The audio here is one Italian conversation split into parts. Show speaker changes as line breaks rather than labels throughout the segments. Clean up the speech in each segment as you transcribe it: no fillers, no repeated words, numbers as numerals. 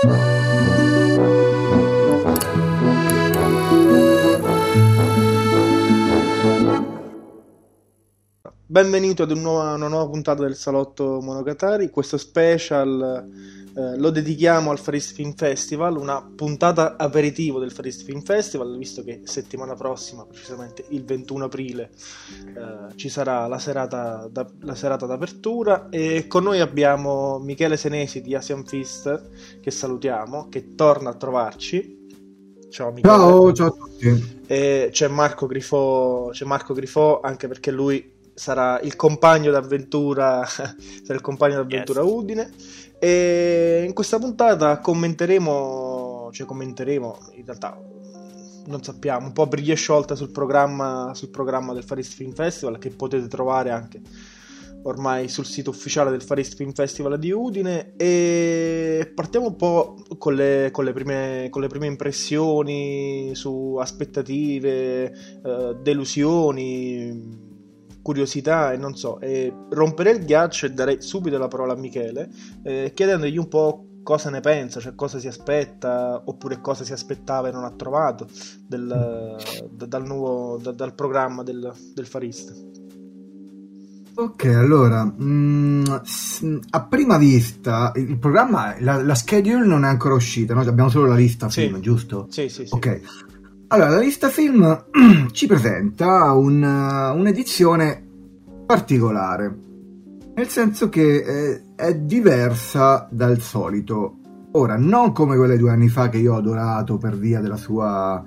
Benvenuti ad una nuova puntata del Salotto Monogatari. Questo special lo dedichiamo al Far East Film Festival, una puntata aperitivo del Far East Film Festival, visto che settimana prossima, precisamente il 21 aprile, ci sarà la serata d'apertura, e con noi abbiamo Michele Senesi di Asian Fist, che salutiamo, che torna a trovarci. Ciao Michele.
Ciao a tutti.
E c'è Marco Grifò, anche perché lui sarà il compagno d'avventura
Yes.
a Udine, e in questa puntata commenteremo, in realtà non sappiamo, un po' a briglie sciolte sul programma del Far East Film Festival, che potete trovare anche ormai sul sito ufficiale del Far East Film Festival di Udine. E partiamo un po' con le prime impressioni su aspettative, delusioni, curiosità, e non so, romperei il ghiaccio e darei subito la parola a Michele, chiedendogli un po' cosa ne pensa, cioè cosa si aspetta, oppure cosa si aspettava e non ha trovato dal programma del Far East.
Ok, allora, a prima vista il programma, la schedule non è ancora uscita, noi abbiamo solo la lista film, giusto?
Sì.
Ok, allora la lista film ci presenta un'edizione particolare, nel senso che è diversa dal solito. Ora, non come quelle 2 anni fa che io ho adorato per via della sua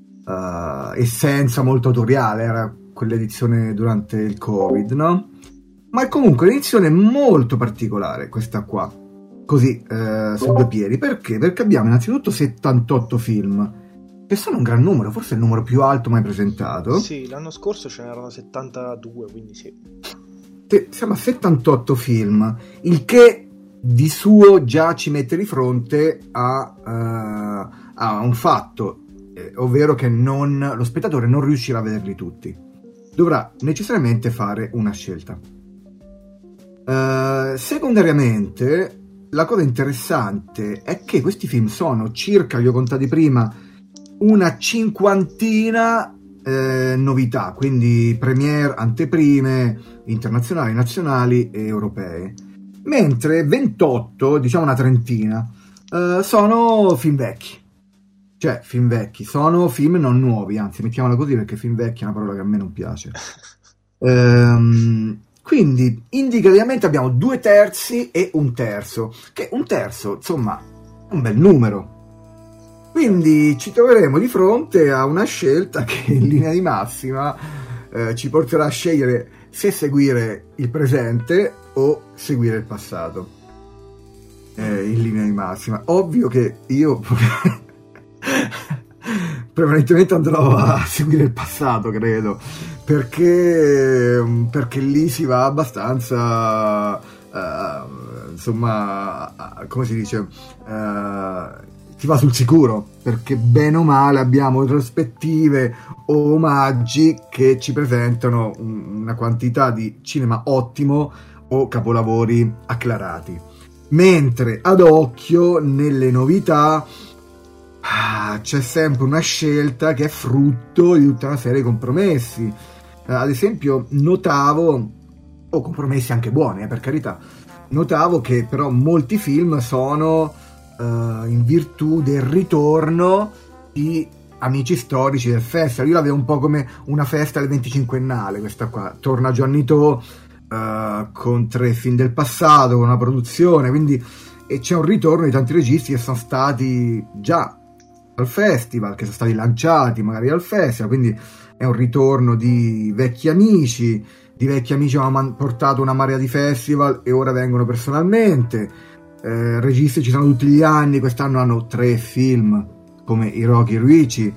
essenza molto autoriale, era quell'edizione durante il Covid, no? Ma è comunque un'edizione molto particolare questa qua, così su 2 piedi. Perché? Perché abbiamo innanzitutto 78 film, che sono un gran numero, forse il numero più alto mai presentato.
Sì, l'anno scorso ce n'erano 72, quindi sì.
Siamo a 78 film, il che di suo già ci mette di fronte a un fatto, ovvero che lo spettatore non riuscirà a vederli tutti. Dovrà necessariamente fare una scelta. Secondariamente, la cosa interessante è che questi film sono circa, li ho contati prima, una 50ina novità, quindi premiere, anteprime internazionali, nazionali e europee, mentre 28, diciamo una 30ina, sono film vecchi. Cioè, film vecchi, sono film non nuovi, anzi, mettiamola così, perché film vecchi è una parola che a me non piace. Quindi, indicativamente abbiamo 2/3 e 1/3, che 1/3, insomma, è un bel numero. Quindi ci troveremo di fronte a una scelta che in linea di massima ci porterà a scegliere se seguire il presente o seguire il passato. In linea di massima. Ovvio che io prevalentemente andrò a seguire il passato, credo, perché lì si va abbastanza insomma, come si dice, si va sul sicuro, perché bene o male abbiamo retrospettive o omaggi che ci presentano una quantità di cinema ottimo o capolavori acclarati, mentre ad occhio nelle novità c'è sempre una scelta che è frutto di tutta una serie di compromessi. Ad esempio notavo, compromessi anche buoni, per carità, notavo che però molti film sono in virtù del ritorno di amici storici del festival. Io la vedo un po' come una festa del 25ennale, questa qua. Torna Johnny To con 3 film del passato, con una produzione, quindi, e c'è un ritorno di tanti registi che sono stati già al festival, che sono stati lanciati magari al festival, quindi è un ritorno di vecchi amici che hanno portato una marea di festival e ora vengono personalmente. Registi ci sono tutti gli anni, quest'anno hanno 3 film come Hiroki Ryuichi,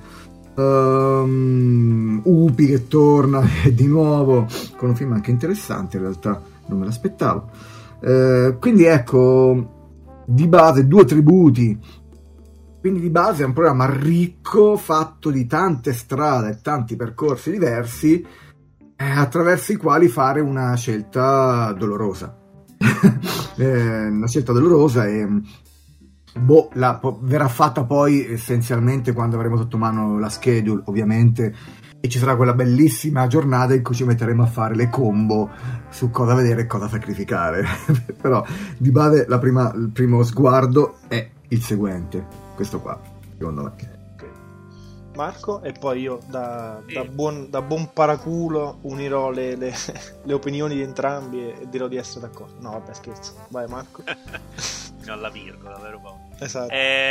Upi che torna di nuovo con un film anche interessante, in realtà non me l'aspettavo. Quindi ecco, di base 2 tributi, quindi di base è un programma ricco, fatto di tante strade e tanti percorsi diversi, attraverso i quali fare una scelta dolorosa. Una scelta dolorosa, Verrà fatta poi essenzialmente quando avremo sotto mano la schedule, ovviamente, e ci sarà quella bellissima giornata in cui ci metteremo a fare le combo su cosa vedere e cosa sacrificare. Però di base il primo sguardo è il seguente, questo qua, secondo me.
Marco, e poi io da buon paraculo unirò le opinioni di entrambi e dirò di essere d'accordo. No, vabbè, scherzo. Vai, Marco.
Fino alla virgola, vero Paolo?
Esatto.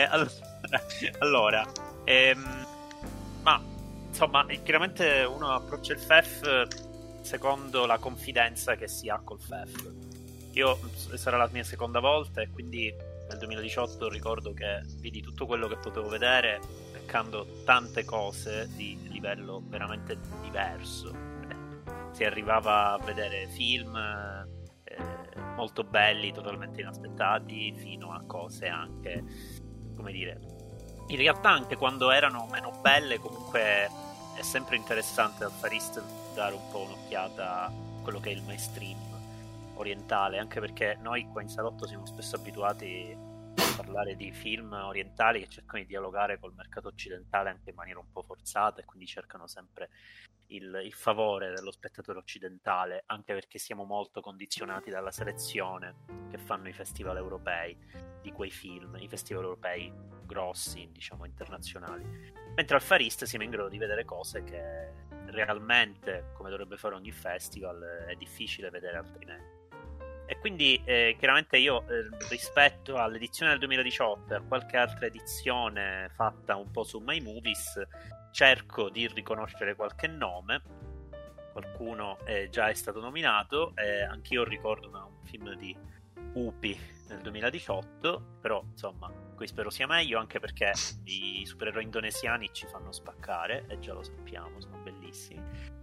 Ma insomma, chiaramente uno approccia il FEF secondo la confidenza che si ha col FEF. Io sarà la mia seconda volta e quindi nel 2018 ricordo che vidi tutto quello che potevo vedere, beccando tante cose di livello veramente diverso. Si arrivava a vedere film molto belli, totalmente inaspettati, fino a cose anche, come dire, in realtà anche quando erano meno belle, comunque è sempre interessante al Far East dare un po' un'occhiata a quello che è il mainstream orientale, anche perché noi qua in salotto siamo spesso abituati a parlare di film orientali che cercano di dialogare col mercato occidentale anche in maniera un po' forzata, e quindi cercano sempre il favore dello spettatore occidentale, anche perché siamo molto condizionati dalla selezione che fanno i festival europei di quei film, i festival europei grossi, diciamo internazionali, mentre al Far East siamo in grado di vedere cose che realmente, come dovrebbe fare ogni festival, è difficile vedere altrimenti. E quindi chiaramente io rispetto all'edizione del 2018 e a qualche altra edizione fatta un po' su My Movies, cerco di riconoscere qualche nome. Qualcuno già è stato nominato, anch'io ricordo un film di Upi nel 2018, però insomma qui spero sia meglio, anche perché i supereroi indonesiani ci fanno spaccare e già lo sappiamo, sono bellissimi.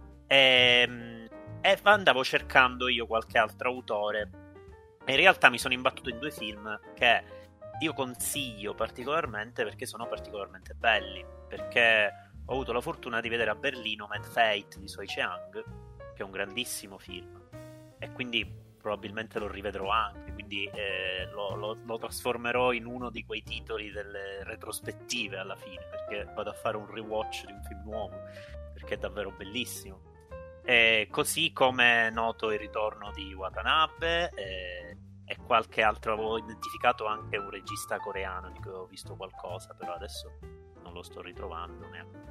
E andavo cercando io qualche altro autore e in realtà mi sono imbattuto in due film che io consiglio particolarmente perché sono particolarmente belli, perché ho avuto la fortuna di vedere a Berlino Mad Fate di Soi Cheang, che è un grandissimo film, e quindi probabilmente lo rivedrò anche, quindi lo trasformerò in uno di quei titoli delle retrospettive alla fine, perché vado a fare un rewatch di un film nuovo, perché è davvero bellissimo. Così come noto il ritorno di Watanabe e qualche altro, avevo identificato anche un regista coreano di cui ho visto qualcosa, però adesso non lo sto ritrovando neanche.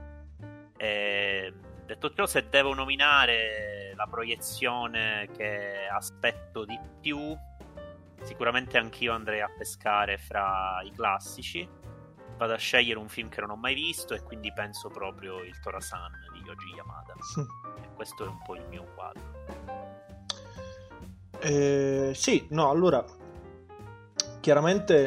Detto ciò, se devo nominare la proiezione che aspetto di più, sicuramente anch'io andrei a pescare fra i classici. Vado a scegliere un film che non ho mai visto e quindi penso proprio il Tora-san di Yoji Yamada. E questo è un po' il mio quadro.
Sì, no, allora chiaramente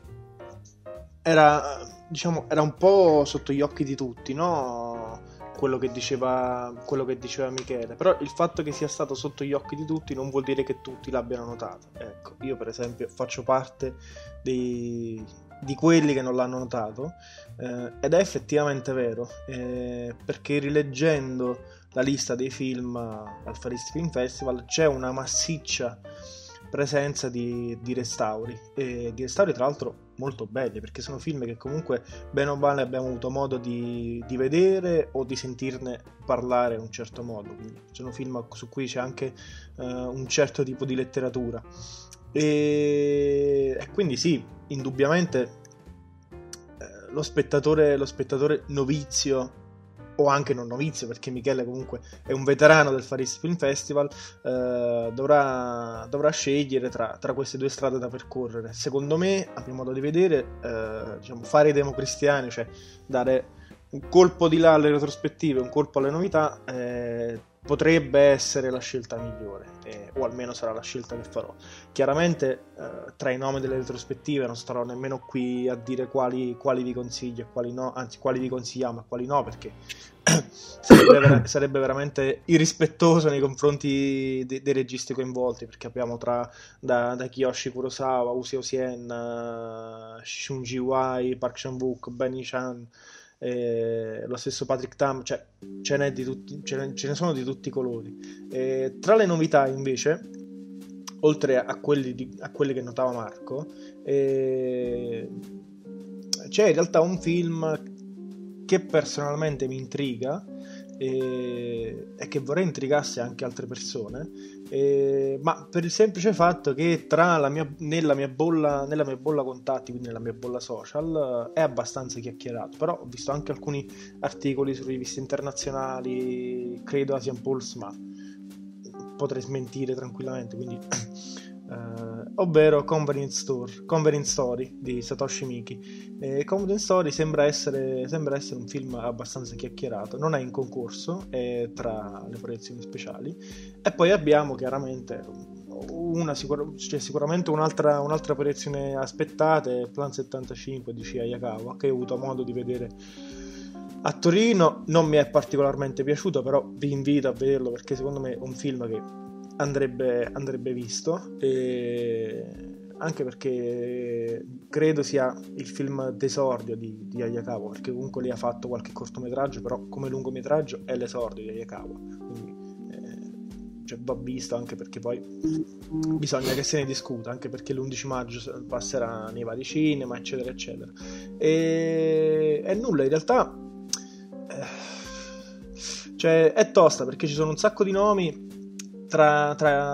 era un po' sotto gli occhi di tutti, no? Quello che diceva Michele, però il fatto che sia stato sotto gli occhi di tutti non vuol dire che tutti l'abbiano notato. Ecco, io per esempio faccio parte di quelli che non l'hanno notato, ed è effettivamente vero, perché rileggendo la lista dei film al Far East Film Festival c'è una massiccia presenza di restauri, e di restauri tra l'altro molto belli, perché sono film che comunque bene o male abbiamo avuto modo di vedere o di sentirne parlare in un certo modo, quindi sono film su cui c'è anche un certo tipo di letteratura, e quindi sì, indubbiamente lo spettatore novizio, o anche non novizio, perché Michele comunque è un veterano del Far East Film Festival, dovrà scegliere tra queste due strade da percorrere. Secondo me, a mio modo di vedere, fare i democristiani, cioè dare un colpo di là alle retrospettive, un colpo alle novità, potrebbe essere la scelta migliore, o almeno sarà la scelta che farò. Chiaramente tra i nomi delle retrospettive non starò nemmeno qui a dire quali vi consiglio e quali no, anzi quali vi consigliamo e quali no, perché sarebbe veramente irrispettoso nei confronti dei registi coinvolti, perché abbiamo da Kiyoshi Kurosawa, Uzi Osien, Shun Ji-wai, Park Chan-wook, Benny Chan, lo stesso Patrick Tam, cioè ce ne sono di tutti i colori. Tra le novità invece oltre a quelli che notava Marco, c'è in realtà un film che personalmente mi intriga e che vorrei intrigasse anche altre persone, ma per il semplice fatto che nella mia bolla contatti, quindi nella mia bolla social, è abbastanza chiacchierato. Però ho visto anche alcuni articoli su riviste internazionali, credo Asian Pulse, ma potrei smentire tranquillamente, quindi ovvero Convenient Story di Satoshi Miki. Convenient Story sembra essere un film abbastanza chiacchierato, non è in concorso, è tra le proiezioni speciali. E poi abbiamo chiaramente sicuramente un'altra proiezione aspettata, è Plan 75 di Shia Hayakawa, che ho avuto modo di vedere a Torino. Non mi è particolarmente piaciuto, però vi invito a vederlo perché secondo me è un film che andrebbe visto, anche perché credo sia il film d'esordio di Hayakawa, perché comunque lì ha fatto qualche cortometraggio, però come lungometraggio è l'esordio di Hayakawa, quindi va visto, anche perché poi bisogna che se ne discuta, anche perché l'11 maggio passerà nei vari cinema, eccetera eccetera. E nulla, in realtà è tosta, perché ci sono un sacco di nomi tra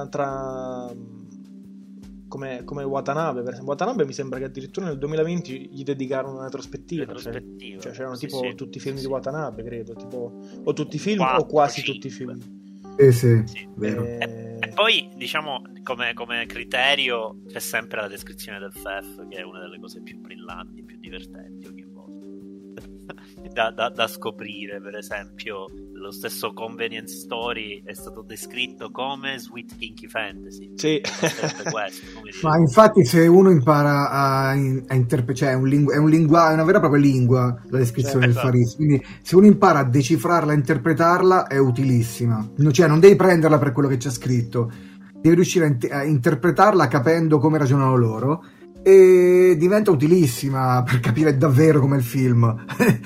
come Watanabe, per esempio. Watanabe mi sembra che addirittura nel 2020 gli dedicarono una retrospettiva. Cioè c'erano tipo tutti i film di Watanabe, credo, tipo, o tutti i film 4, o quasi 5. Tutti i film.
Sì, vero.
E poi, diciamo, come criterio c'è sempre la descrizione del FEF, che è una delle cose più brillanti, più divertenti ogni volta da scoprire. Per esempio, lo stesso Convenient Story è stato descritto come Sweet Kinky Fantasy.
Sì.
Ma infatti, se uno impara a interpretare, è una vera e propria lingua la descrizione del Faris, quindi se uno impara a decifrarla e interpretarla è utilissima. Cioè, non devi prenderla per quello che c'è scritto, devi riuscire a interpretarla capendo come ragionano loro, e diventa utilissima per capire davvero com'è il film.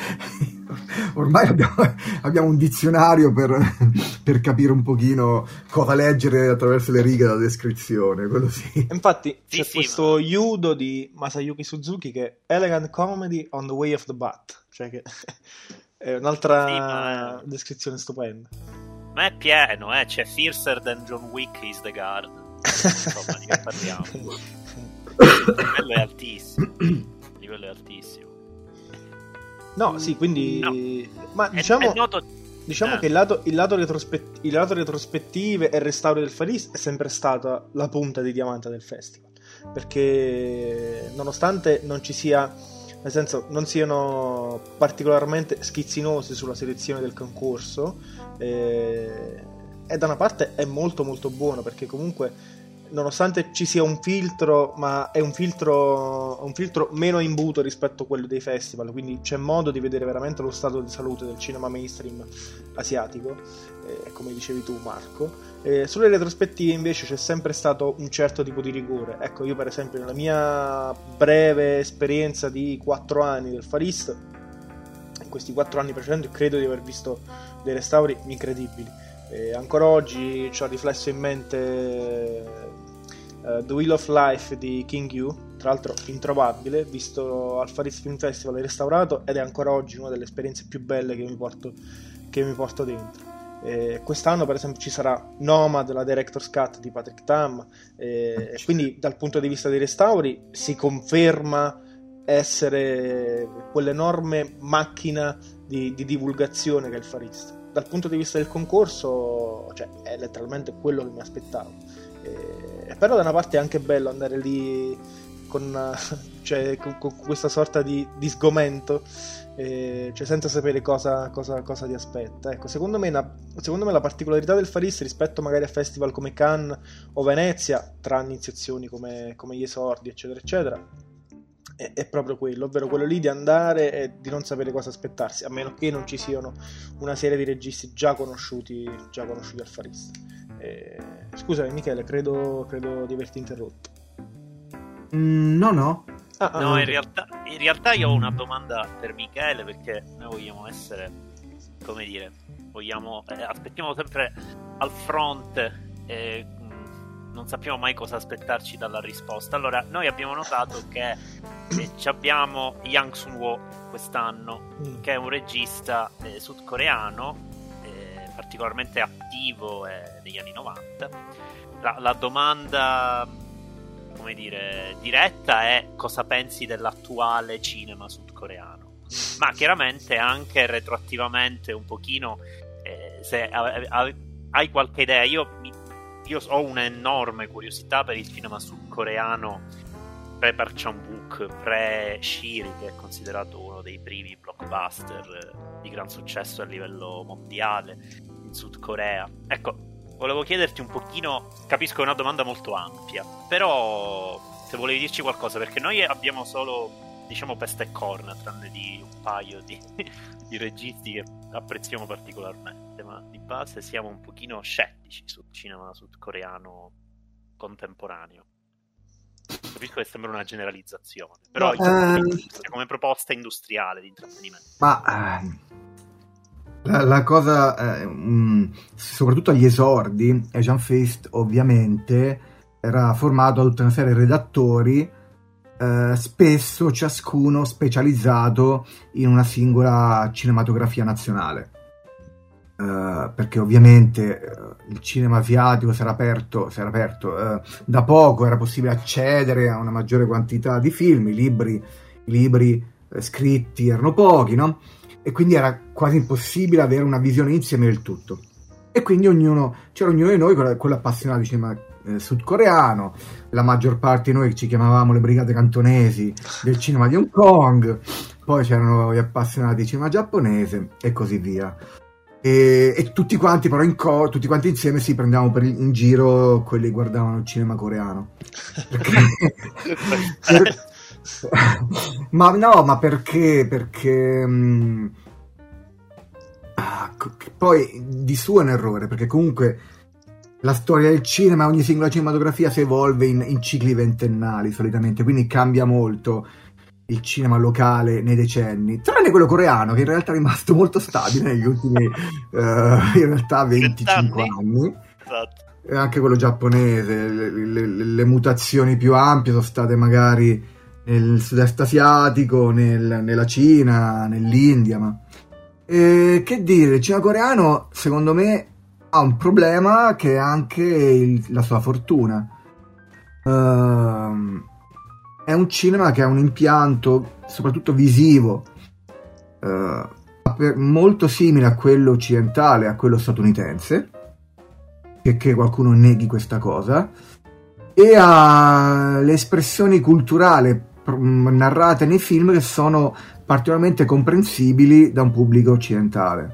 Ormai abbiamo un dizionario per capire un pochino cosa leggere attraverso le righe della descrizione, quello sì.
Infatti c'è questo Yudo di Masayuki Suzuki che è Elegant Comedy on the Way of the Bat, cioè che è un'altra descrizione stupenda.
Ma è pieno, c'è Fiercer than John Wick is the Guard. Insomma, di che parliamo? Il livello è altissimo.
No, sì, quindi
no.
Ma diciamo,
è noto...
che il lato retrospettive e restauro del Faris è sempre stata la punta di diamante del festival, perché nonostante non ci sia, nel senso, non siano particolarmente schizzinosi sulla selezione del concorso, e da una parte è molto molto buono, perché comunque nonostante ci sia un filtro, ma è un filtro meno imbuto rispetto a quello dei festival, quindi c'è modo di vedere veramente lo stato di salute del cinema mainstream asiatico, come dicevi tu, Marco. Sulle retrospettive invece c'è sempre stato un certo tipo di rigore. Ecco, io per esempio nella mia breve esperienza di 4 anni del Farist, in questi 4 anni precedenti credo di aver visto dei restauri incredibili. Ancora oggi ci ho riflesso in mente The Wheel of Life di King Yu, tra l'altro introvabile, visto al Faris Film Festival restaurato, ed è ancora oggi una delle esperienze più belle che mi porto dentro. Quest'anno per esempio ci sarà Nomad, la Director's Cut di Patrick Tam, quindi dal punto di vista dei restauri si conferma essere quell'enorme macchina di divulgazione che è il Farista. Dal punto di vista del concorso, cioè, è letteralmente quello che mi aspettavo. Però da una parte è anche bello andare lì con questa sorta di sgomento, cioè senza sapere cosa ti aspetta. Ecco, secondo me la particolarità del Faris rispetto magari a festival come Cannes o Venezia, tranne iniziazioni come gli esordi, eccetera eccetera, è proprio quello, ovvero quello lì di andare e di non sapere cosa aspettarsi, a meno che non ci siano una serie di registi già conosciuti al Farista. Scusami Michele, credo di averti interrotto.
No.
No, in realtà io ho una domanda per Michele, perché noi vogliamo essere, come dire, aspettiamo sempre al fronte, non sappiamo mai cosa aspettarci dalla risposta. Allora, noi abbiamo notato che abbiamo Yang Sun-woo quest'anno, che è un regista sudcoreano particolarmente attivo negli anni 90. La domanda, come dire, diretta è: cosa pensi dell'attuale cinema sudcoreano? Ma chiaramente anche retroattivamente un pochino, se hai qualche idea. Io ho un'enorme curiosità per il cinema sudcoreano pre-Park Chan-wook, pre-Shiri, che è considerato uno dei primi blockbuster di gran successo a livello mondiale in Sud Corea. Ecco, volevo chiederti un pochino, capisco che è una domanda molto ampia, però se volevi dirci qualcosa, perché noi abbiamo solo, diciamo, peste e corna, tranne di un paio di registi che apprezziamo particolarmente, ma di base siamo un pochino scettici sul cinema sudcoreano contemporaneo. Capisco che sembra una generalizzazione, però come proposta industriale di intrattenimento.
Ma la cosa, soprattutto agli esordi, Asian Feast ovviamente era formato da tutta una serie di redattori, spesso ciascuno specializzato in una singola cinematografia nazionale. Perché ovviamente il cinema asiatico si era aperto da poco, era possibile accedere a una maggiore quantità di film, i libri scritti erano pochi, no? E quindi era quasi impossibile avere una visione insieme del tutto, e quindi c'era ognuno di noi con l'appassionato di cinema sudcoreano. La maggior parte di noi ci chiamavamo le brigate cantonesi del cinema di Hong Kong, poi c'erano gli appassionati di cinema giapponese e così via. E tutti quanti però tutti quanti insieme si prendevamo in giro quelli che guardavano il cinema coreano. Ma perché poi di suo è un errore, perché comunque la storia del cinema, ogni singola cinematografia si evolve in cicli ventennali solitamente, quindi cambia molto il cinema locale nei decenni, tranne quello coreano, che in realtà è rimasto molto stabile negli ultimi in realtà 25 anni.
Esatto.
E anche quello giapponese, le mutazioni più ampie sono state magari nel sud-est asiatico, nella Cina, nell'India. Ma che dire, il cinema coreano secondo me ha un problema che è anche la sua fortuna. È un cinema che ha un impianto soprattutto visivo molto simile a quello occidentale, a quello statunitense, che qualcuno neghi questa cosa, e ha le espressioni culturali narrate nei film che sono particolarmente comprensibili da un pubblico occidentale.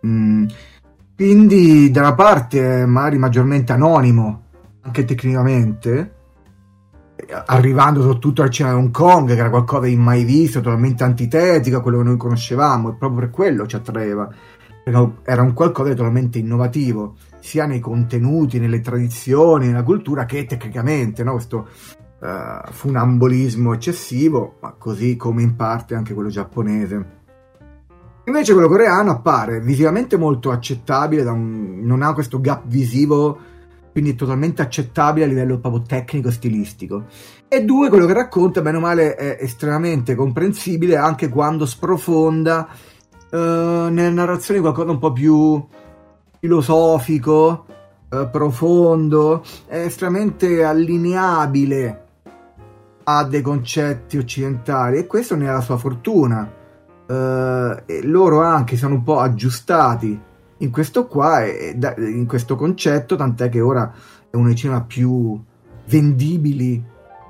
Quindi da una parte è magari maggiormente anonimo anche tecnicamente, arrivando soprattutto al cinema di Hong Kong, che era qualcosa di mai visto, totalmente antitetico a quello che noi conoscevamo, e proprio per quello ci attraeva, perché era un qualcosa di totalmente innovativo sia nei contenuti, nelle tradizioni, nella cultura, che tecnicamente, no? Questo funambolismo eccessivo, ma così come in parte anche quello giapponese. Invece quello coreano appare visivamente molto accettabile, non ha questo gap visivo, quindi è totalmente accettabile a livello proprio tecnico e stilistico. E due, quello che racconta bene o male è estremamente comprensibile anche quando sprofonda nelle narrazioni qualcosa un po' più filosofico, profondo, è estremamente allineabile a dei concetti occidentali, e questo ne è la sua fortuna. E loro anche sono un po' aggiustati in questo qua, in questo concetto, tant'è che ora è uno dei cinema più vendibili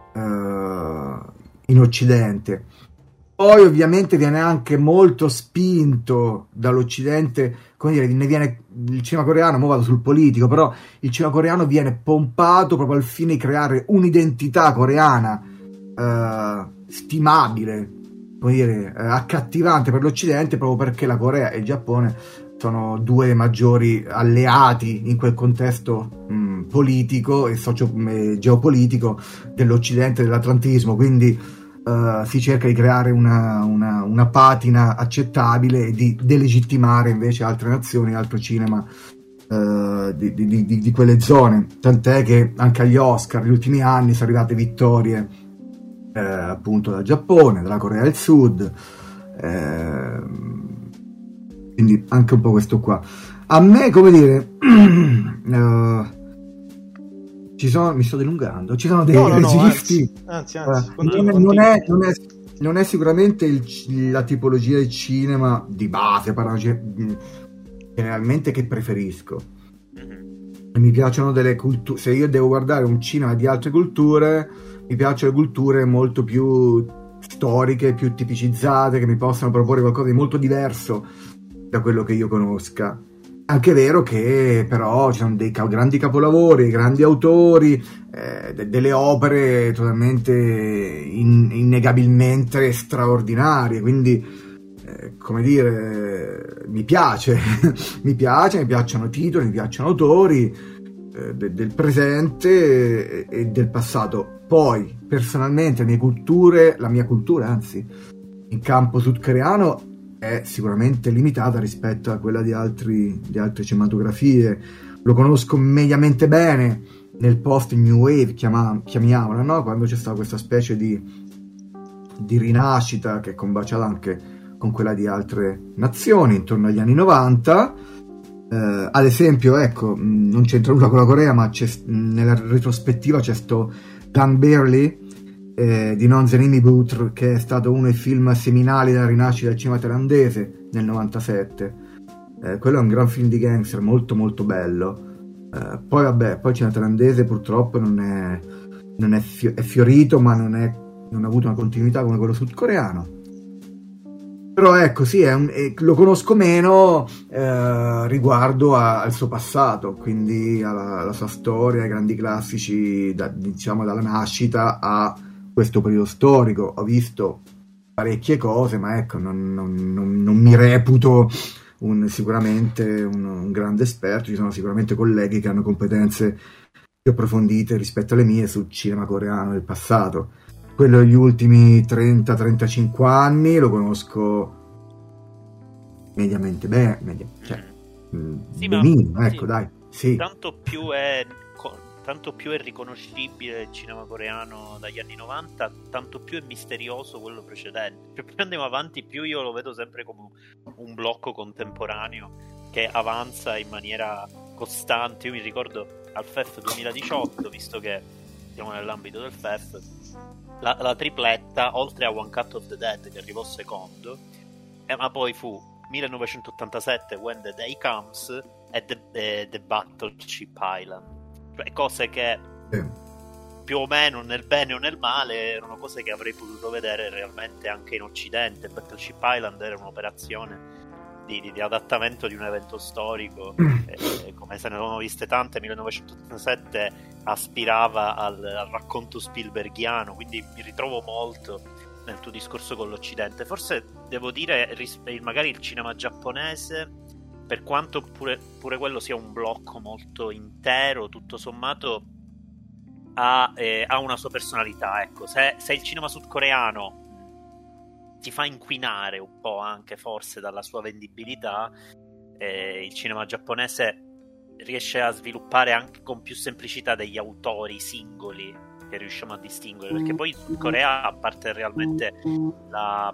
in Occidente. Poi ovviamente viene anche molto spinto dall'Occidente, come dire, il cinema coreano, mo vado sul politico, però il cinema coreano viene pompato proprio al fine di creare un'identità coreana stimabile, come dire, accattivante per l'Occidente, proprio perché la Corea e il Giappone sono due maggiori alleati in quel contesto politico e geopolitico dell'Occidente, dell'atlantismo, quindi si cerca di creare una patina accettabile e di delegittimare invece altre nazioni, altro cinema di quelle zone, tant'è che anche agli Oscar negli ultimi anni sono arrivate vittorie appunto dal Giappone, dalla Corea del Sud, quindi anche un po' questo qua. A me, come dire, mi sto dilungando, ci sono dei registi,
anzi,
non è sicuramente la tipologia di cinema di base, generalmente, che preferisco. Mi piacciono delle culture. Se io devo guardare un cinema di altre culture, mi piacciono culture molto più storiche, più tipicizzate, che mi possano proporre qualcosa di molto diverso da quello che io conosca. Anche è vero che però ci sono dei grandi capolavori, grandi autori, delle opere totalmente innegabilmente straordinarie, quindi come dire, mi piacciono titoli, mi piacciono autori del presente e del passato. Poi personalmente la mia cultura anzi in campo sudcoreano è sicuramente limitata rispetto a quella di altre cinematografie. Lo conosco mediamente bene nel post New Wave, chiamiamola, no? Quando c'è stata questa specie di rinascita che è combaciata anche con quella di altre nazioni intorno agli anni 90. Ad esempio, ecco, non c'entra nulla con la Corea, ma nella retrospettiva c'è sto Dan Barely di Non Zenimi Butr, che è stato uno dei film seminali della rinascita del cinema thailandese nel 97. Quello è un gran film di gangster molto molto bello. Poi il cinema thailandese purtroppo è fiorito, ma non ha avuto una continuità come quello sudcoreano. Però ecco, sì, lo conosco meno riguardo al suo passato, quindi alla sua storia, ai grandi classici, diciamo dalla nascita a questo periodo storico. Ho visto parecchie cose, ma ecco, non mi reputo sicuramente un grande esperto. Ci sono sicuramente colleghi che hanno competenze più approfondite rispetto alle mie sul cinema coreano del passato. Quello degli ultimi 30-35 anni lo conosco mediamente bene, benino, ecco, sì. Dai, sì.
Tanto più è riconoscibile il cinema coreano dagli anni 90, tanto più è misterioso quello precedente. Più andiamo avanti, più io lo vedo sempre come un blocco contemporaneo che avanza in maniera costante. Io mi ricordo al FEF 2018, visto che siamo nell'ambito del FEF, la tripletta, oltre a One Cut of the Dead che arrivò secondo, ma poi fu 1987 When the Day Comes e The Battleship Island, cioè cose che più o meno nel bene o nel male erano cose che avrei potuto vedere realmente anche in Occidente. Battleship Island era un'operazione di adattamento di un evento storico, come se ne avevamo viste tante. 1987 aspirava al racconto spielbergiano, quindi mi ritrovo molto nel tuo discorso con l'Occidente. Forse devo dire magari il cinema giapponese, per quanto pure quello sia un blocco molto intero, tutto sommato ha una sua personalità. Ecco, se il cinema sudcoreano ti fa inquinare un po' anche forse dalla sua vendibilità, il cinema giapponese riesce a sviluppare anche con più semplicità degli autori singoli che riusciamo a distinguere, perché poi in Sud Corea, a parte realmente la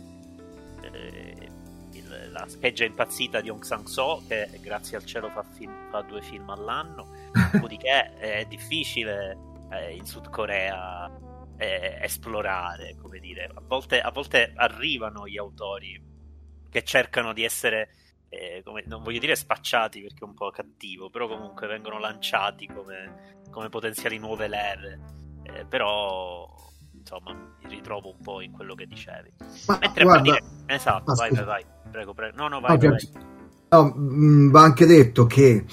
scheggia impazzita di Hong Sang-soo, che grazie al cielo fa 2 film all'anno, dopodiché è difficile in Sud Corea esplorare, come dire, a volte arrivano gli autori che cercano di essere non voglio dire spacciati perché è un po' cattivo, però comunque vengono lanciati come potenziali nuove leve, però insomma mi ritrovo un po' in quello che dicevi. Mentre guarda, esatto, vai, prego. No, vai.
No, va anche detto che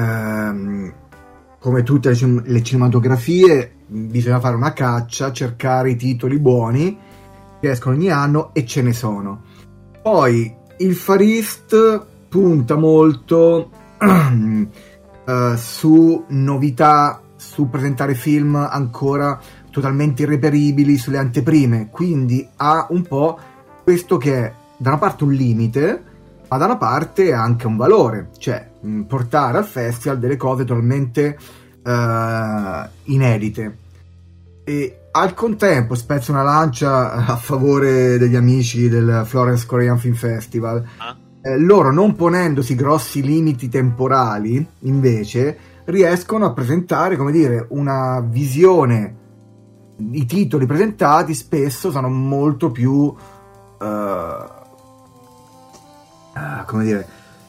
come tutte le cinematografie bisogna fare una caccia, cercare i titoli buoni che escono ogni anno, e ce ne sono. Poi il Far East punta molto su novità, su presentare film ancora totalmente irreperibili sulle anteprime, quindi ha un po' questo che è da una parte un limite, ma da una parte anche un valore. Cioè, portare al festival delle cose totalmente inedite. E al contempo spezzo una lancia a favore degli amici del Florence Korean Film Festival. Loro, non ponendosi grossi limiti temporali, invece riescono a presentare, come dire, una visione. I titoli presentati spesso sono molto più come dire,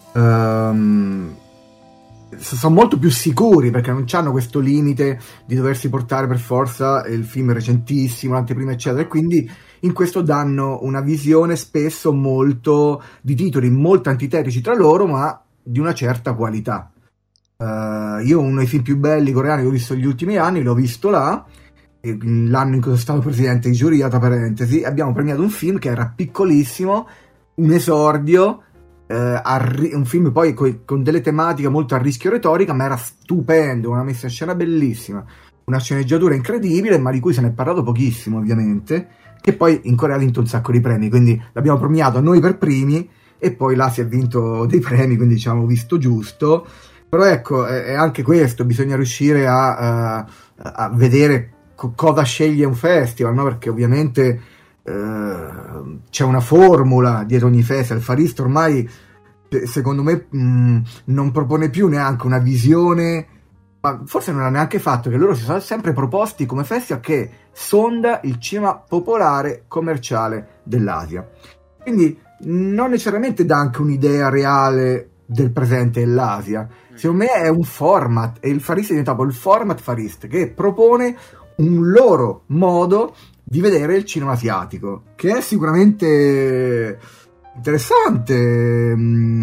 sono molto più sicuri, perché non hanno questo limite di doversi portare per forza il film recentissimo, l'anteprima eccetera, e quindi in questo danno una visione spesso molto di titoli molto antitetici tra loro, ma di una certa qualità. Io uno dei film più belli coreani che ho visto negli ultimi anni l'ho visto là, l'anno in cui sono stato presidente di giuria, tra parentesi, abbiamo premiato un film che era piccolissimo, un esordio, un film poi con delle tematiche molto a rischio retorica, ma era stupendo, una messa in scena bellissima, una sceneggiatura incredibile, ma di cui se ne è parlato pochissimo ovviamente, che poi in Corea ha vinto un sacco di premi, quindi l'abbiamo premiato noi per primi e poi là si è vinto dei premi, quindi diciamo visto giusto. Però ecco, è anche questo, bisogna riuscire a vedere cosa sceglie un festival, no? Perché ovviamente c'è una formula dietro ogni festival. Il Far East ormai secondo me non propone più neanche una visione, ma forse non l'ha neanche fatto, che loro si sono sempre proposti come festival che sonda il cinema popolare commerciale dell'Asia, quindi non necessariamente dà anche un'idea reale del presente dell'Asia. Secondo me è un format, e il Far East è diventato il format Far East, che propone un loro modo di vedere il cinema asiatico, che è sicuramente interessante,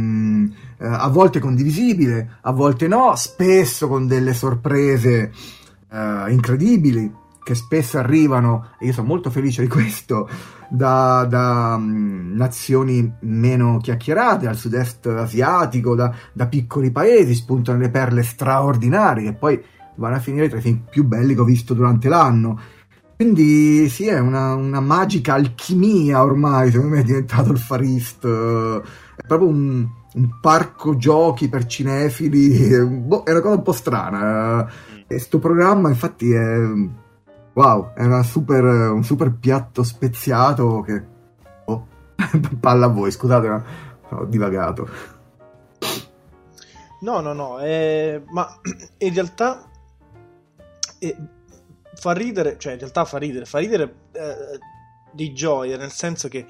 a volte condivisibile, a volte no, spesso con delle sorprese incredibili, che spesso arrivano, e io sono molto felice di questo, da nazioni meno chiacchierate, al sud-est asiatico, da piccoli paesi, spuntano le perle straordinarie che poi vanno a finire tra i film più belli che ho visto durante l'anno. Quindi sì, è una magica alchimia ormai, secondo me è diventato il Far East, è proprio un parco giochi per cinefili, è una cosa un po' strana, e sto programma infatti è wow, è un super piatto speziato che palla a voi, scusate ma ho divagato.
No, ma in realtà fa ridere di gioia, nel senso che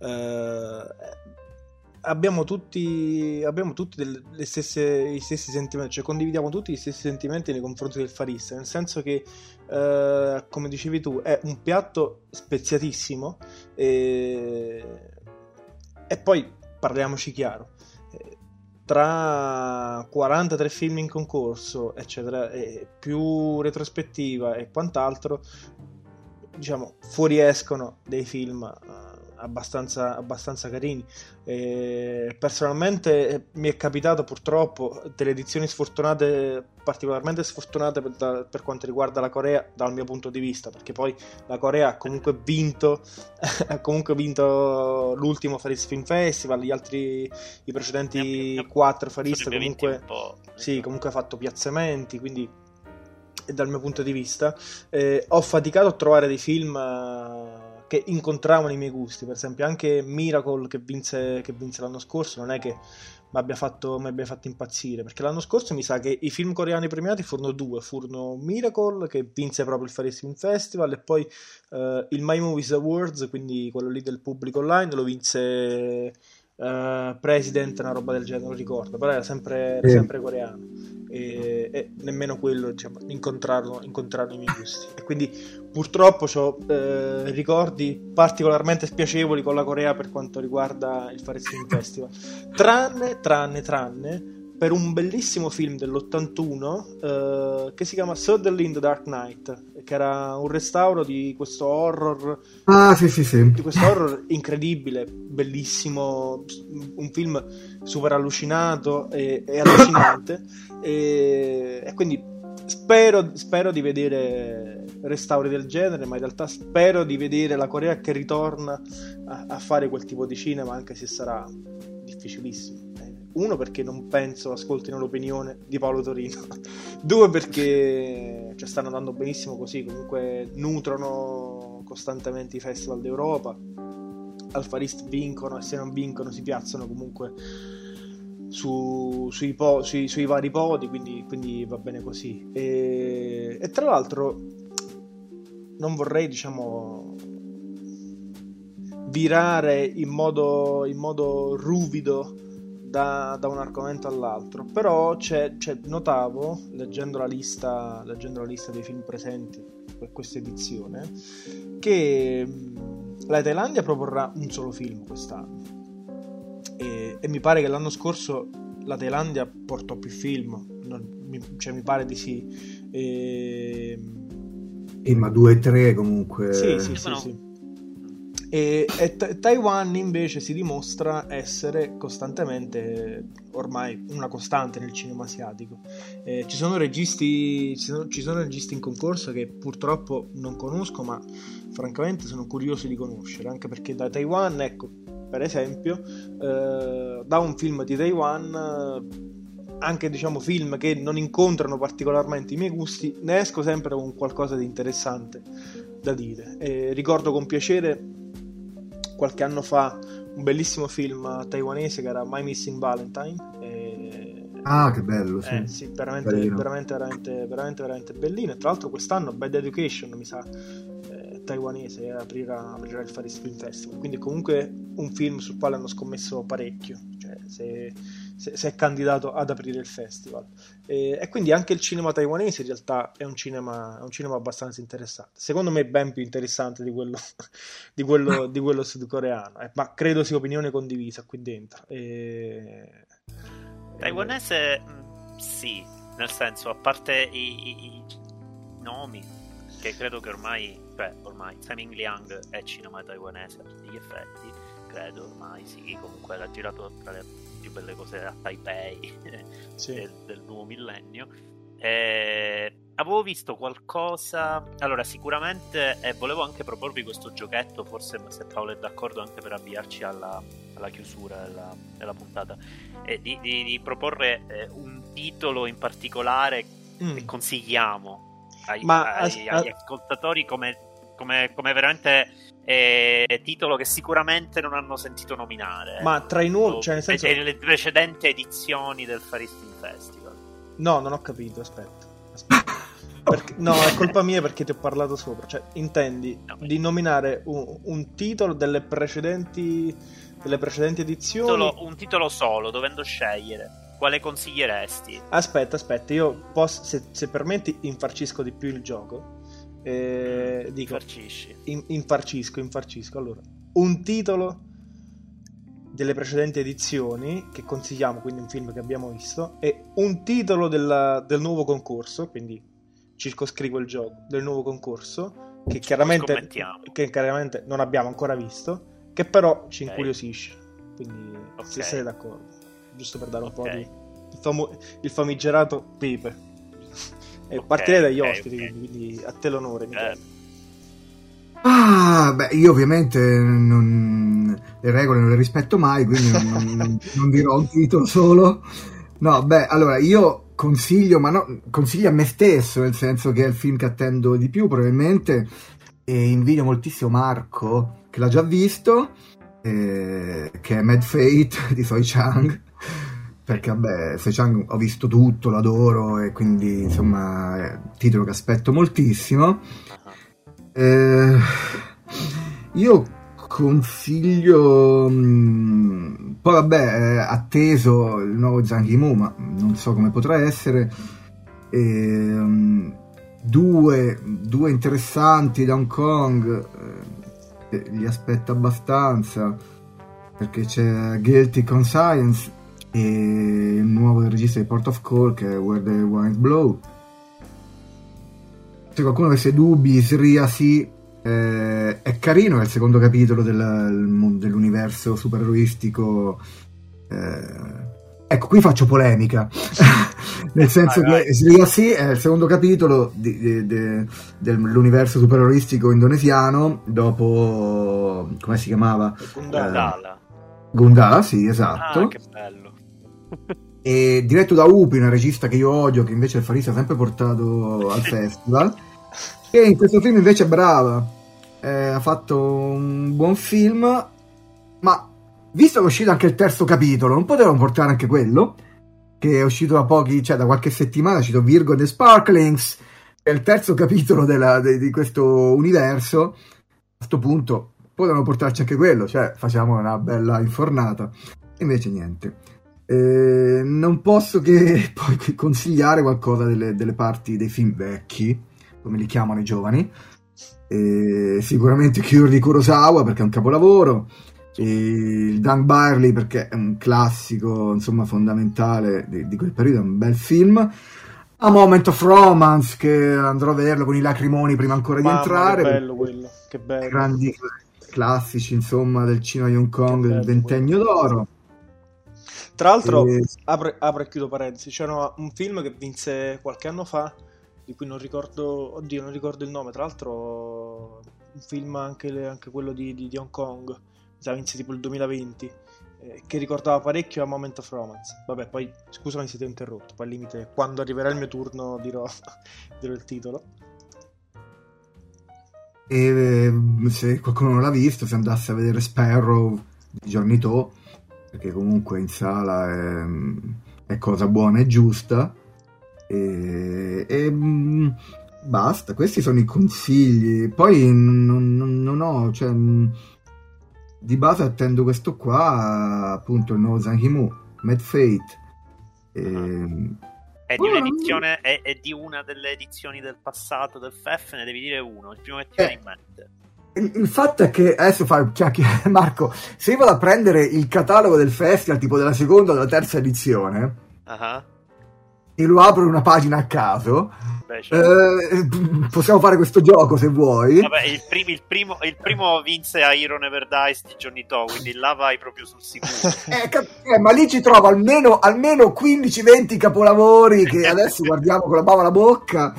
abbiamo tutti i stessi sentimenti, cioè condividiamo tutti gli stessi sentimenti nei confronti del Far East, nel senso che come dicevi tu è un piatto speziatissimo, e poi parliamoci chiaro, tra 43 film in concorso eccetera, e più retrospettiva e quant'altro, diciamo fuoriescono dei film abbastanza carini. Personalmente mi è capitato purtroppo delle edizioni sfortunate, particolarmente sfortunate per quanto riguarda la Corea dal mio punto di vista, perché poi la Corea ha comunque vinto l'ultimo Far East Film Festival, i precedenti 4 Far East comunque ha fatto piazzamenti, quindi dal mio punto di vista ho faticato a trovare dei film che incontravano i miei gusti. Per esempio anche Miracle che vinse l'anno scorso non è che mi abbia fatto impazzire, perché l'anno scorso mi sa che i film coreani premiati furono Miracle, che vinse proprio il Far East Film Festival, e poi il My Movies Awards, quindi quello lì del pubblico online, lo vinse President, una roba del genere, non ricordo, però era sempre coreano, e nemmeno quello, diciamo, incontrarono i miei gusti, e quindi purtroppo ho ricordi particolarmente spiacevoli con la Corea per quanto riguarda il Far East Film Festival, tranne per un bellissimo film dell'81 che si chiama Suddenly in the Dark Knight, che era un restauro di questo horror, di questo horror incredibile, bellissimo, un film super allucinato e allucinante, e quindi spero di vedere restauri del genere, ma in realtà spero di vedere la Corea che ritorna a fare quel tipo di cinema, anche se sarà difficilissimo. Uno, perché non penso ascoltino l'opinione di Paolo Torino. Due, perché stanno andando benissimo così, comunque nutrono costantemente i festival d'Europa. Al Far East vincono, e se non vincono si piazzano comunque sui vari podi, quindi va bene così. E tra l'altro non vorrei, diciamo, virare in modo ruvido da un argomento all'altro, però notavo, leggendo la lista dei film presenti per questa edizione, che la Thailandia proporrà un solo film quest'anno, e mi pare che l'anno scorso la Thailandia portò più film, mi pare di sì,
ma 2-3 comunque.
Sì. E Taiwan invece si dimostra essere costantemente, ormai, una costante nel cinema asiatico. Ci sono registi in concorso che purtroppo non conosco, ma francamente sono curioso di conoscere, anche perché da Taiwan, ecco, per esempio, da un film di Taiwan, anche, diciamo, film che non incontrano particolarmente i miei gusti, ne esco sempre con qualcosa di interessante da dire. Ricordo con piacere qualche anno fa un bellissimo film taiwanese che era My Missing Valentine.
Che bello, sì.
Sì, veramente bellino. E tra l'altro quest'anno Bad Education, mi sa, taiwanese, aprirà il Far East Film Festival, quindi comunque un film sul quale hanno scommesso parecchio, cioè se è candidato ad aprire il festival, e quindi anche il cinema taiwanese in realtà è un cinema abbastanza interessante, secondo me ben più interessante di quello sudcoreano, ma credo sia opinione condivisa qui dentro.
Taiwanese sì, nel senso, a parte i nomi, che credo che ormai Simon Liang è cinema taiwanese a tutti gli effetti, credo ormai sì, comunque l'ha girato tra le più belle cose a Taipei
sì.
del nuovo millennio. Avevo visto qualcosa, allora sicuramente, volevo anche proporvi questo giochetto, forse se Paolo è d'accordo, anche per avviarci alla chiusura della puntata, di proporre un titolo in particolare che consigliamo agli ascoltatori come veramente titolo che sicuramente non hanno sentito nominare,
ma tra i nuovi, cioè nel senso,
le precedenti edizioni del Far East Film Festival.
No, non ho capito, aspetta. No, è colpa mia perché ti ho parlato sopra. Cioè, intendi di nominare un titolo delle precedenti edizioni?
Un titolo solo, dovendo scegliere. Quale consiglieresti?
Aspetta, io se permetti infarcisco di più il gioco. Dico, infarcisco. Allora, un titolo delle precedenti edizioni che consigliamo, quindi un film che abbiamo visto, e un titolo del nuovo concorso, quindi circoscrivo il gioco, del nuovo concorso che chiaramente non abbiamo ancora visto, che però ci incuriosisce, quindi se siete d'accordo, giusto per dare un po' di il famigerato pepe, e partirei dagli ospiti. Quindi a te l'onore, Michele.
Io ovviamente le regole non le rispetto mai, quindi non dirò un titolo solo. Allora io consiglio a me stesso, nel senso che è il film che attendo di più probabilmente, e invidio moltissimo Marco che l'ha già visto, che è Mad Fate di Soi Chang, perché Soi Chang ho visto tutto, lo adoro, e quindi insomma è un titolo che aspetto moltissimo. Io consiglio poi atteso il nuovo Zhang Yimou, ma non so come potrà essere, due interessanti da Hong Kong, li aspetto abbastanza, perché c'è Guilty Conscience e il nuovo del regista di Port of Call, che è Where the Winds Blow. Se qualcuno avesse dubbi, Sria sì, è carino, è il secondo capitolo dell'universo supereroistico. Ecco, qui faccio polemica nel senso che Sria sì è il secondo capitolo dell'universo supereroistico indonesiano, dopo, come si chiamava?
Gundala.
Gundala, sì, esatto.
Che bello.
e diretto da Upi, una regista che io odio, che invece il Farisa ha sempre portato al festival, e in questo film invece è brava, ha fatto un buon film, ma visto che è uscito anche il terzo capitolo, non potevano portare anche quello, che è uscito da pochi, cioè da qualche settimana, è uscito Virgo and the Sparklings, che è il terzo capitolo di questo universo. A sto punto potevano portarci anche quello, cioè facciamo una bella infornata. Invece niente. Non posso che poi consigliare qualcosa delle parti dei film vecchi, come li chiamano i giovani. Sicuramente Cure di Kurosawa, perché è un capolavoro, il Dunk Barley, perché è un classico, insomma, fondamentale di quel periodo, è un bel film. A Moment of Romance, che andrò a vederlo con i lacrimoni prima ancora di entrare.
Che bello quello, che bello.
Grandi classici, insomma, del cinema di Hong Kong del ventennio d'oro.
Tra l'altro, apro e chiudo parentesi, c'era un film che vinse qualche anno fa, di cui non ricordo il nome, tra l'altro un film anche quello di Hong Kong, vinse tipo il 2020, che ricordava parecchio A Moment of Romance. Vabbè, poi scusami se ti ho interrotto, poi al limite quando arriverà il mio turno dirò il titolo.
E se qualcuno non l'ha visto, se andasse a vedere Sparrow di giorni to, perché comunque in sala è cosa buona e giusta, e basta, questi sono i consigli. Poi non ho, cioè, di base attendo questo qua, appunto il nuovo Zhang Yimou, Mad Fate.
È di un'edizione, è di una delle edizioni del passato del FEF, ne devi dire uno, il primo che ti viene in mente.
Il fatto è che adesso Marco, se io vado a prendere il catalogo del festival tipo della seconda o della terza edizione, e lo apro in una pagina a caso, possiamo fare questo gioco se vuoi.
Vabbè, il primo vinse a Hero Never Dies di Johnny To, quindi là vai proprio sul sicuro.
Ma lì ci trovo almeno 15-20 capolavori che adesso guardiamo con la bava alla bocca.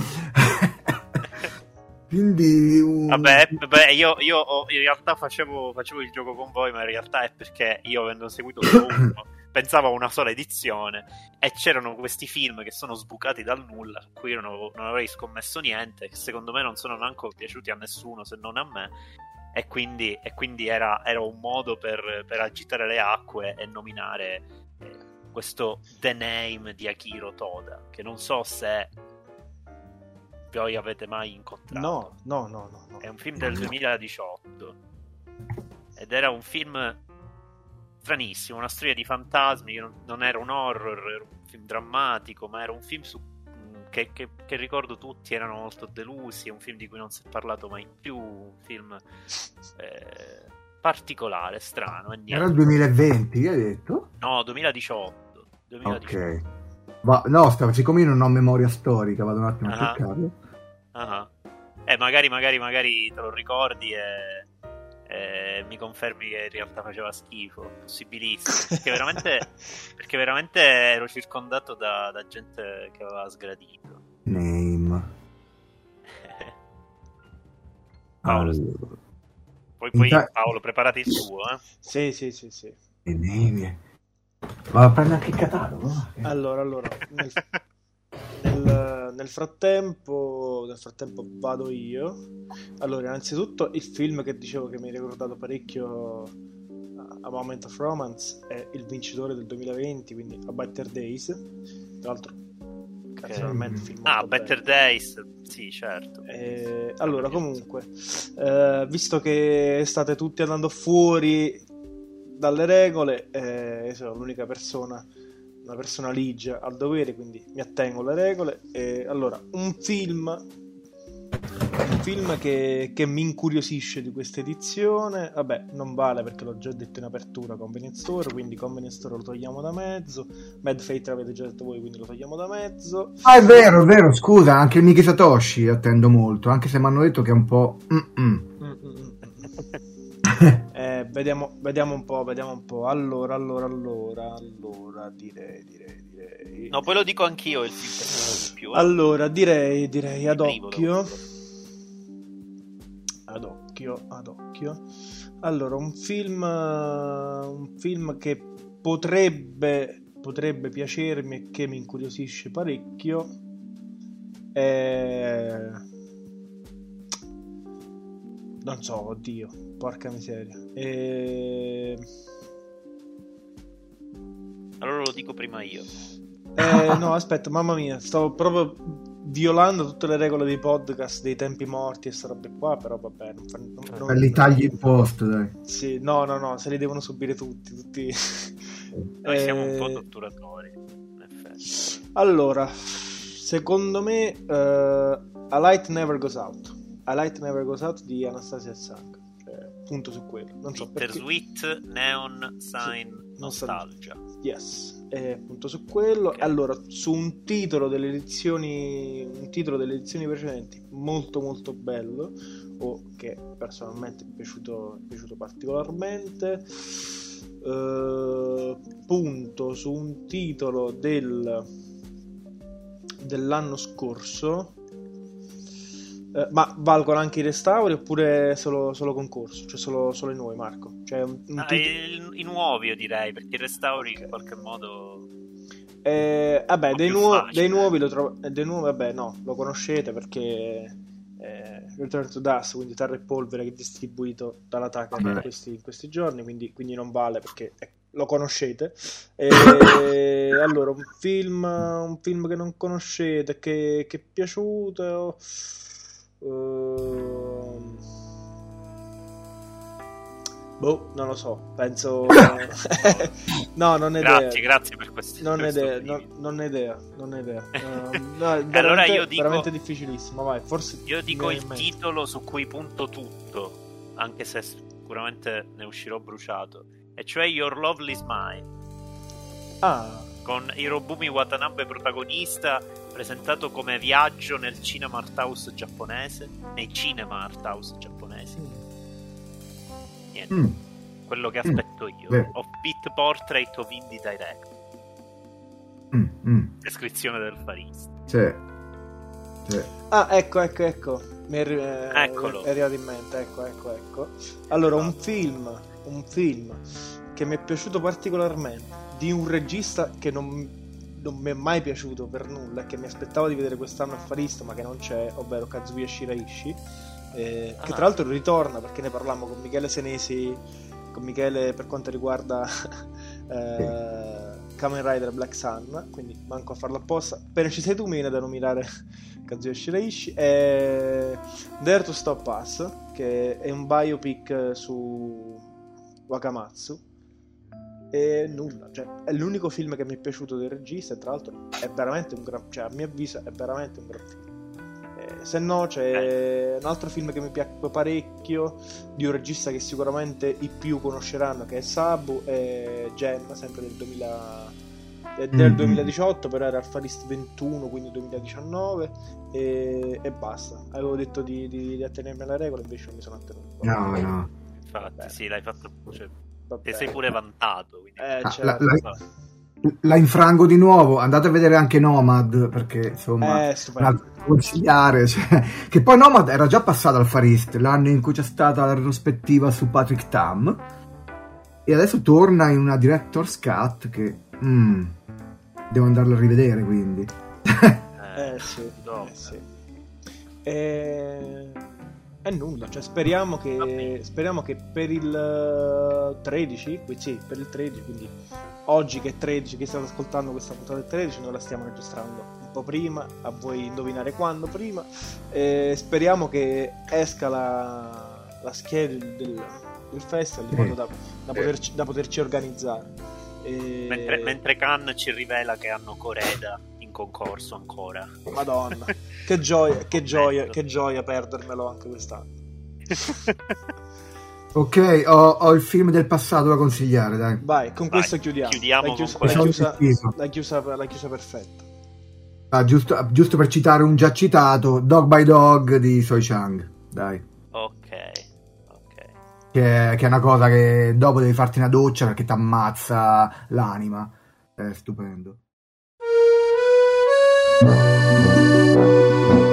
Quindi
vabbè, io in realtà facevo il gioco con voi, ma in realtà è perché io, avendo seguito solo uno, pensavo a una sola edizione, e c'erano questi film che sono sbucati dal nulla, su cui io non avrei scommesso niente, che secondo me non sono neanche piaciuti a nessuno se non a me, e quindi era un modo per agitare le acque e nominare questo The Name di Akira Toda, che non so se voi avete mai incontrato.
No.
È un film del 2018 ed era un film stranissimo, una storia di fantasmi, che non era un horror, era un film drammatico, ma era un film che ricordo tutti erano molto delusi, è un film di cui non si è parlato mai più, un film particolare, strano.
Era il 2020, hai detto?
No, 2018.
Ok. No, siccome io non ho memoria storica, vado un attimo a cercarlo.
Magari te lo ricordi e mi confermi che in realtà faceva schifo, possibilissimo, perché veramente ero circondato da gente che aveva sgradito.
Name.
Paolo, poi Paolo, preparati il tuo,
Sì.
Name. Ma prende anche il catalogo.
Allora nel frattempo vado io. Allora, innanzitutto il film che dicevo che mi ha ricordato parecchio A Moment of Romance è il vincitore del 2020, quindi A Better Days, tra l'altro casualmente film
Better Days, sì, certo.
Allora, comunque, visto che state tutti andando fuori dalle regole, sono l'unica persona, una persona ligia al dovere, quindi mi attengo alle regole. Allora, un film che mi incuriosisce di questa edizione, vabbè, non vale perché l'ho già detto in apertura, Convenience Store, quindi Convenience Store lo togliamo da mezzo. Mad Fate l'avete già detto voi, quindi lo togliamo da mezzo.
È vero, scusa, anche il Miki Satoshi attendo molto, anche se mi hanno detto che è un po'
vediamo un po'. Allora, direi.
No, poi lo dico anch'io il film che più.
Allora, direi ad occhio. Allora, un film che potrebbe potrebbe piacermi e che mi incuriosisce parecchio non so, oddio, porca miseria.
Allora lo dico prima io.
No, aspetta, mamma mia, stavo proprio violando tutte le regole dei podcast, dei tempi morti e sta roba qua, però vabbè,
Per li tagli in post, dai.
Sì, no, se li devono subire tutti.
Noi siamo un po' torturatori, in effetti.
Allora, secondo me A Light Never Goes Out. A Light Never Goes Out di Anastasia Tsang, cioè, punto su quello. Non so perché.
Bittersweet Neon Sign
Sì,
Nostalgia.
Yes, punto su quello.
Okay.
Allora, su un titolo delle edizioni precedenti molto molto bello, o che personalmente mi è piaciuto particolarmente. Punto su un titolo dell'anno scorso. Ma valgono anche i restauri oppure solo concorso? Cioè solo i nuovi, Marco? Cioè
I nuovi, io direi, perché i restauri in qualche modo
vabbè, dei
facile.
nuovi vabbè, no, lo conoscete perché Return to Dust, quindi Terra e Polvere, che è distribuito dalla Tucker in questi giorni, quindi non vale perché lo conoscete. Allora, un film che non conoscete, che è piaciuto. Non lo so, penso. No, non è idea.
Grazie per questo.
Non è idea.
Allora io dico,
veramente difficilissimo. Vai, forse
io dico il titolo su cui punto tutto, anche se sicuramente ne uscirò bruciato, e cioè Your Lovely Smile. Con Hirobumi Watanabe protagonista, presentato come viaggio nel cinema art house giapponese, nei cinema art house giapponesi. Niente, quello che aspetto io. Offbeat Portrait of Indie Direct. Descrizione del farista.
Sì.
Ecco.
Eccolo.
È arrivato in mente. Ecco. Allora, un film che mi è piaciuto particolarmente, di un regista che non mi è mai piaciuto per nulla e che mi aspettavo di vedere quest'anno a Faristo ma che non c'è, ovvero Kazuya Shiraishi, che tra l'altro ritorna, perché ne parlammo con Michele Senesi, per quanto riguarda Kamen Rider Black Sun, quindi manco a farlo apposta. Appena ci sei tu mi viene da nominare Kazuya Shiraishi. Dare to Stop Us, che è un biopic su Wakamatsu. E nulla, cioè è l'unico film che mi è piaciuto del regista, e tra l'altro è veramente un gran, cioè a mio avviso è veramente un gran film. Se no c'è un altro film che mi piace parecchio, di un regista che sicuramente i più conosceranno, che è Sabu, e Gem, sempre del 2018, però era al Far East 21, quindi 2019, e basta. Avevo detto di attenermi alle regole, invece non mi sono attenuto.
No.
Infatti, sì, l'hai fatto, cioè, ti sei pure vantato, quindi.
La infrango di nuovo. Andate a vedere anche Nomad, perché insomma da consigliare, cioè, che poi Nomad era già passato al Far East l'anno in cui c'è stata la retrospettiva su Patrick Tam, e adesso torna in una director's cut che devo andarlo a rivedere, quindi
sì. E nulla, cioè speriamo che per il 13, per il 13, quindi oggi che è 13, che state ascoltando questa puntata del 13, noi la stiamo registrando un po' prima, a voi indovinare quando prima, e speriamo che esca la schedule del festival in modo da poterci organizzare.
Mentre Khan ci rivela che hanno Coreda in concorso ancora.
Madonna, che gioia perdermelo anche quest'anno.
Ok, ho il film del passato da consigliare, dai.
Vai, con questo chiudiamo. La chiusa perfetta.
Giusto per citare un già citato, Dog by Dog di Soi Chang, dai.
Ok.
Che è una cosa che dopo devi farti una doccia perché ti ammazza l'anima. È stupendo.